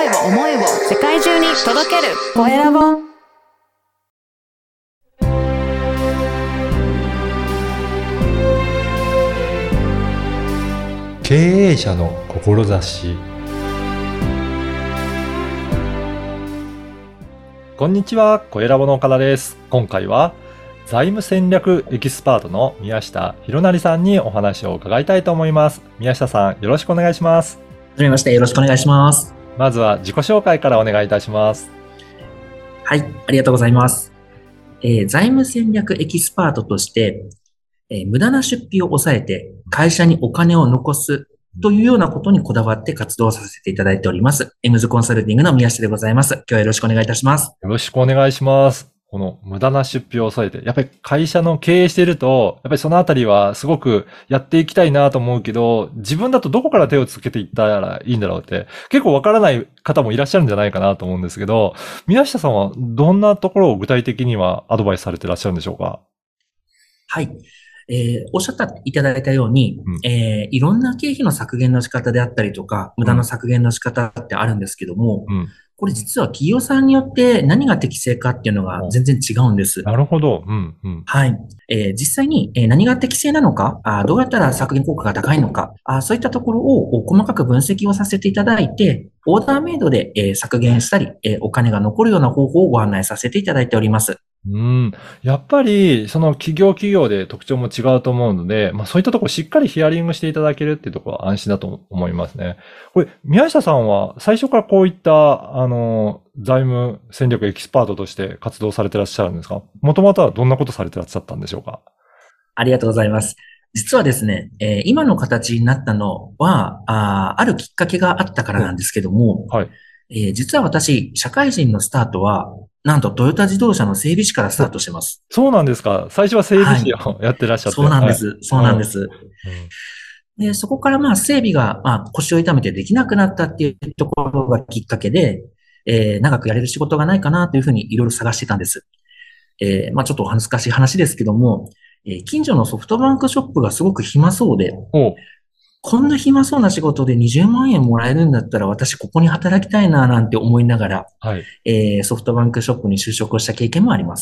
声を世界中に届けるコエラボ。 経営者の志。こんにちは、コエラボの岡田です。今回は財務戦略エキスパートの宮下博成さんにお話を伺いたいと思います。宮下さん、よろしくお願いします。 はじめまして、よろしくお願いします。 まずは自己紹介からお願いいたします。 はい、ありがとうございます。財務戦略エキスパートとして、無駄な出費を抑えて会社にお金を残すというようなことにこだわって活動させていただいております。エムズコンサルティングの宮下でございます。今日はよろしくお願いいたします。 よろしくお願いします。この無駄な出費を抑えて、やっぱり会社の経営していると、やっぱりそのあたりはすごくやっていきたいなと思うけど、自分だとどこから手をつけていったらいいんだろうって、結構わからない方もいらっしゃるんじゃないかなと思うんですけど、宮下さんはどんなところを具体的にはアドバイスされていらっしゃるんでしょうか？ はい。おっしゃっていただいたように、いろんな経費の削減の仕方であったりとか、無駄の削減の仕方ってあるんですけども、これ実は企業さんによって何が適正かっていうのが全然違うんです。 なるほど。 はい。実際に何が適正なのか、どうやったら削減効果が高いのか、そういったところを細かく分析をさせていただいて、オーダーメイドで削減したり、お金が残るような方法をご案内させていただいております。 やっぱり、その企業で特徴も違うと思うので、そういったところしっかりヒアリングしていただけるっていうところは安心だと思いますね。これ、宮下さんは最初からこういった、財務戦略エキスパートとして活動されてらっしゃるんですか？もともとはどんなことされてらっしゃったんでしょうか？ ありがとうございます。実はですね、今の形になったのは、あるきっかけがあったからなんですけども、 はい。 実は私、社会人のスタートは、なんとトヨタ自動車の整備士からスタートしてます。 そうなんですか。最初は整備士をやってらっしゃって。 そうなんです。そうなんです。で、そこから整備が腰を痛めてできなくなったっていうところがきっかけで、長くやれる仕事がないかなというふうにいろいろ探してたんです。ちょっと恥ずかしい話ですけども、近所のソフトバンクショップがすごく暇そうで、こんな暇そうな仕事で20万円もらえるんだったら私ここに働きたいななんて思いながら、ソフトバンクショップに就職をした経験もあります。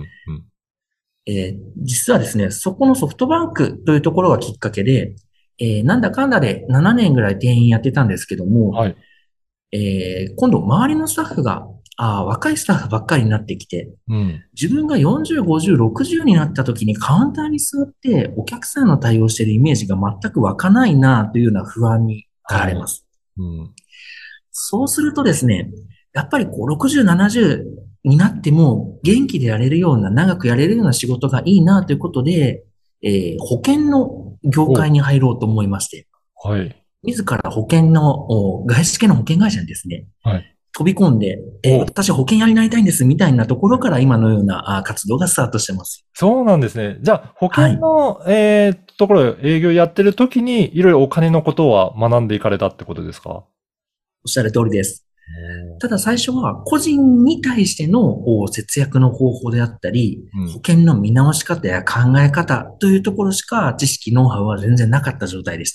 実はですね、そこのソフトバンクというところがきっかけで、なんだかんだで7年ぐらい店員やってたんですけども、今度周りのスタッフが若いスタッフばっかりになってきて、自分が40、50、60になった時にカウンターに座ってお客さんの対応しているイメージが全く湧かないなというような不安に駆られます。そうするとですね、やっぱり60、70になっても元気でやれるような、長くやれるような仕事がいいなということで、保険の業界に入ろうと思いまして、自ら保険の、外資系の保険会社にですね、飛び込んで、私保険屋になりたいんですみたいなところから今のような活動がスタートしてます。 そうなんですね。じゃあ、保険の、ところ営業やってる時にいろいろお金のことは学んでいかれたってことですか？ おっしゃる通りです。ただ最初は個人に対しての節約の方法であったり、保険の見直し方や考え方というところしか知識、ノウハウは全然なかった状態でした。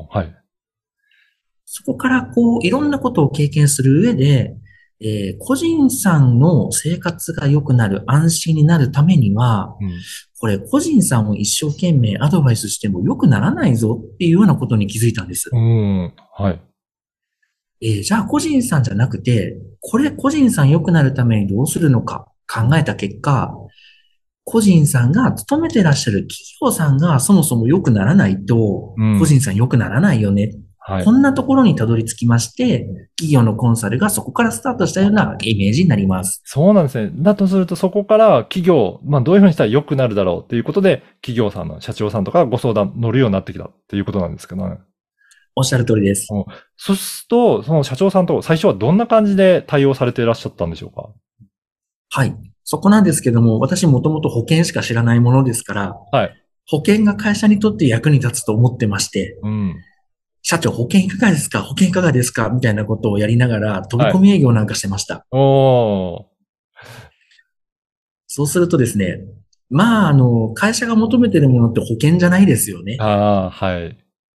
そこからいろんなことを経験する上で、個人さんの生活が良くなる、安心になるためには、これ個人さんを一生懸命アドバイスしても良くならないぞっていうようなことに気づいたんです。じゃあ個人さんじゃなくて、これ個人さん良くなるためにどうするのか考えた結果、個人さんが勤めてらっしゃる企業さんがそもそも良くならないと、個人さん良くならないよね。こんなところにたどり着きまして、企業のコンサルがそこからスタートしたようなイメージになります。 そうなんですね。だとするとそこから企業、どういうふうにしたら良くなるだろうっていうことで、企業さんの社長さんとかご相談乗るようになってきたっていうことなんですけどね。 おっしゃる通りです。 そうすると、その社長さんと最初はどんな感じで対応されていらっしゃったんでしょうか？ はい。そこなんですけども、私もともと保険しか知らないものですから、保険が会社にとって役に立つと思ってまして、社長保険いかがですか？保険いかがですか？みたいなことをやりながら飛び込み営業なんかしてました。そうするとですね、会社が求めているものって保険じゃないですよね。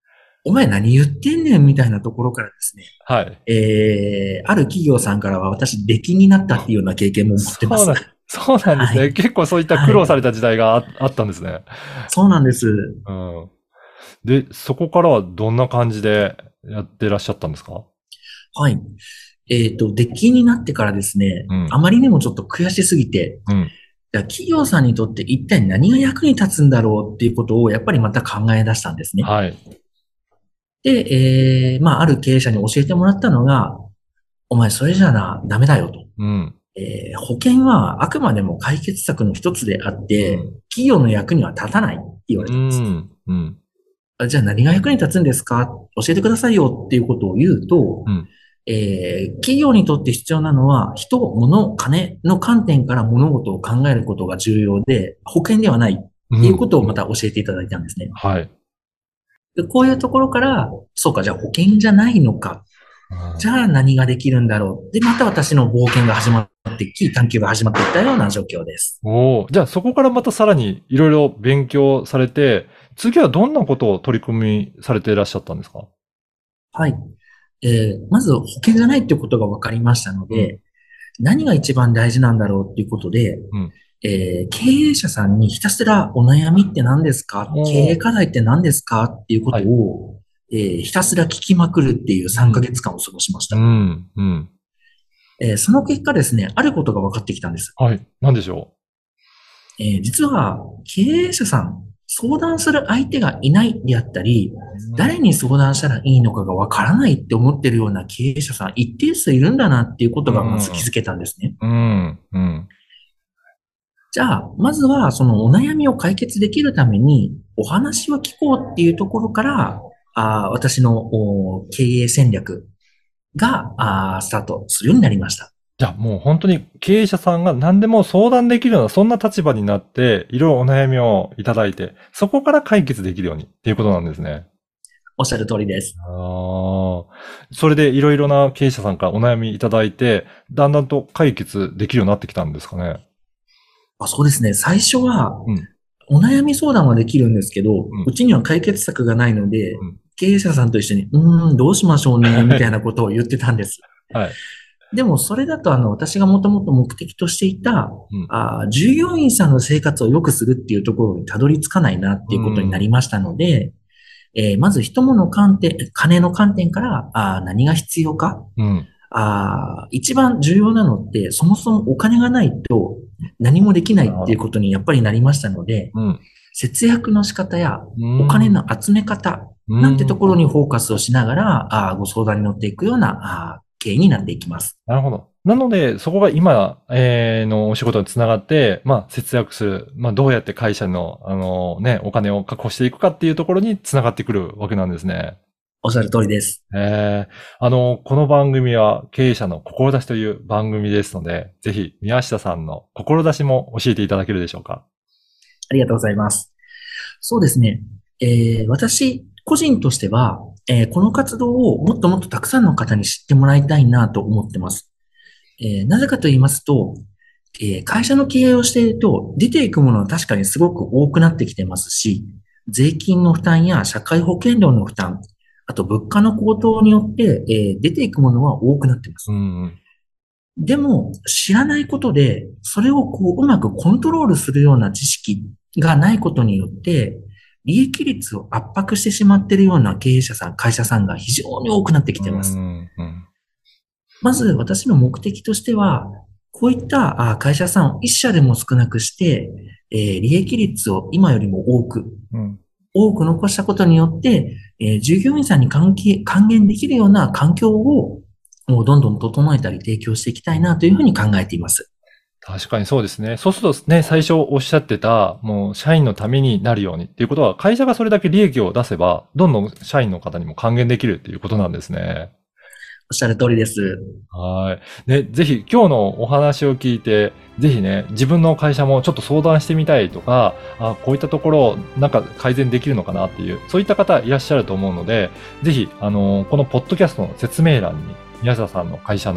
お前何言ってんねんみたいなところからですね、 はい。 ある企業さんからは私、出禁になったっていうような経験も持ってます。 そうなんですね。 はい。 結構そういった苦はい。 労された時代があったんですね。 そうなんです。 うん。で、そこからはどんな感じでやってらっしゃったんですか？ はい。出禁になってからですね、 うん。 あまりにもちょっと悔しすぎて、 うん。 じゃあ企業さんにとって一体何が役に立つんだろうっていうことをやっぱりまた考え出したんですね。 はい。 で、ある経営者に教えてもらったのが、お前それじゃダメだよと。 うん。 保険はあくまでも解決策の一つであって、 うん。 企業の役には立たないって言われうたんです。 ん。うん。 じゃあ何が役に立つんですか？教えてくださいよっていうことを言うと、 うん。 企業にとって必要なのは人、物、金の観点から物事を考えることが重要で、保険ではないっていううん。 ことをまた教えていただいたんですね。 はい。 でこういうところから、そうか、じゃあ保険じゃないのか。じゃあ何ができるんだろう。で、また私の冒険が始まってき、探求が始まっていったような状況です。 おお、じゃあそこからまたさらにいろいろ勉強されて、次はどんなことを取り組みされていらっしゃったんですか？ はい。まず保険じゃないっていうことが分かりましたのうん。 で、何が一番大事なんだろうっていうことで、 うん。 経営者さんにひたすらお悩みって何ですか？経おお、 営課題って何ですか？っていうこはい。 とを、ひたすら聞きまくるっていう3ヶ月間を過ごしましうた。 ん。うん。 その結果ですね、あることが分かってきたんです。 はい。なんでしょ実は経営者さん、相談する相手がいないであったり、 う。うん。 誰に相談したらいいのかが分からないって思ってるような経営者さん一定数いるんだなっていうこうとがまず気ん。 づけたんですね。 うん。うん。 じゃあ、まずはそのお悩みを解決できるためにお話を聞こうっていうところから、私の経営戦略がスタートするようになりました。 じゃあもう本当に経営者さんが何でも相談できるような、そんな立場になって、いろいろお悩みをいただいて、そこから解決できるようにっていうことなんですね。 おっしゃる通りです。 ああ。それでいろいろな経営者さんからお悩みいただいて、だんだんと解決できるようになってきたんですかね。 そうですね。最初はうん。 お悩み相談はできるんですけど、 うん。 うちには解決策がないので、 うん。 経営者さんと一緒に、どうしましょうね、みたいなことを言ってたんです。 はい。 でも、それだと、私がもともと目的としていた、 うん。 従業員さんの生活を良くするっていうところにたどり着かないなってういうことになりん。 ましたので、まず人物の観点、金の観点から、何が必要か。 うん。 一番重要なのって、そもそもお金がないと何もできないっていうこなるほど。 とにやっぱりなりましたので、 うん。 節約の仕方やうお金ん。 の集め方うなんてところん。 にフォーカスをしながら、ご相談に乗っていくような経緯になっていきます。 なるほど。なので、そこが今、のお仕事につながって、まあ、節約する。まあ、どうやって会社の、お金を確保していくかっていうところにつながってくるわけなんですね。 おっしゃる通りです。 この番組は経営者の志という番組ですので、ぜひ宮下さんの志も教えていただけるでしょうか。 ありがとうございます。そうですね。私、個人としては、この活動をもっともっとたくさんの方に知ってもらいたいなと思ってます。なぜかと言いますと、会社の経営をしていると、出ていくものは確かにすごく多くなってきてますし、税金の負担や社会保険料の負担、あと物価の高騰によって、出ていくものは多くなっていまうす。 ん。 でも、知らないことで、それをうまくコントロールするような知識がないことによって、利益率を圧迫してしまっているような経営者さん、会社さんが非常に多くなってきうています。 ん。うん。 まず私の目的としては、こういった会社さんを一社でも少なくして、利益率を今よりもうん。 多く残したことによって、従業員さんに還元できるような環境をもうどんどん整えたり提供していきたいなというふうに考えています。 確かにそうですね。そうするとね、最初おっしゃってた、もう社員のためになるようにっていうことは、会社がそれだけ利益を出せば、どんどん社員の方にも還元できるっていうことなんですね。 おっしゃる通りです。 はい。ね、ぜひ今日のお話を聞いて、ぜひね、自分の会社もちょっと相談してみたいとか、こういったところなんか改善できるのかなっていう、そういった方いらっしゃると思うので、ぜひ、このポッドキャストの説明欄に、宮下さんの会社の、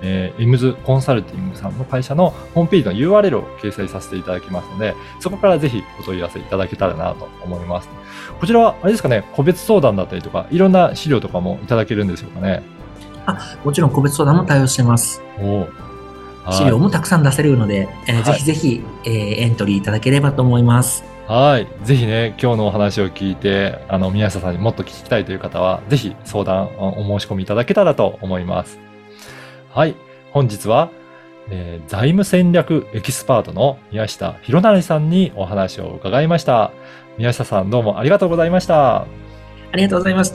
エムズコンサルティングさんの会社のホームページの URL を掲載させていただきますので、そこからぜひお問い合わせいただけたらなと思います。こちらは、あれですかね、個別相談だったりとか、いろんな資料とかもいただけるんでしょうかね。 もちろん個別相談も対応してます。資料もたくさん出せるので、ぜひぜひ、エントリーいただければと思います。 はい。ぜひね、今日のお話を聞いて、宮下さんにもっと聞きたいという方は、ぜひ相談、お申し込みいただけたらと思います。はい。本日は、財務戦略エキスパートの宮下博成さんにお話を伺いました。宮下さん、どうもありがとうございました。 ありがとうございました。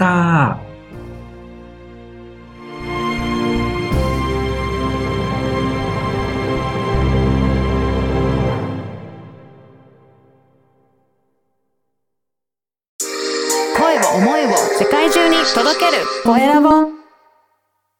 声を思いを世界中に届けるコエラボ。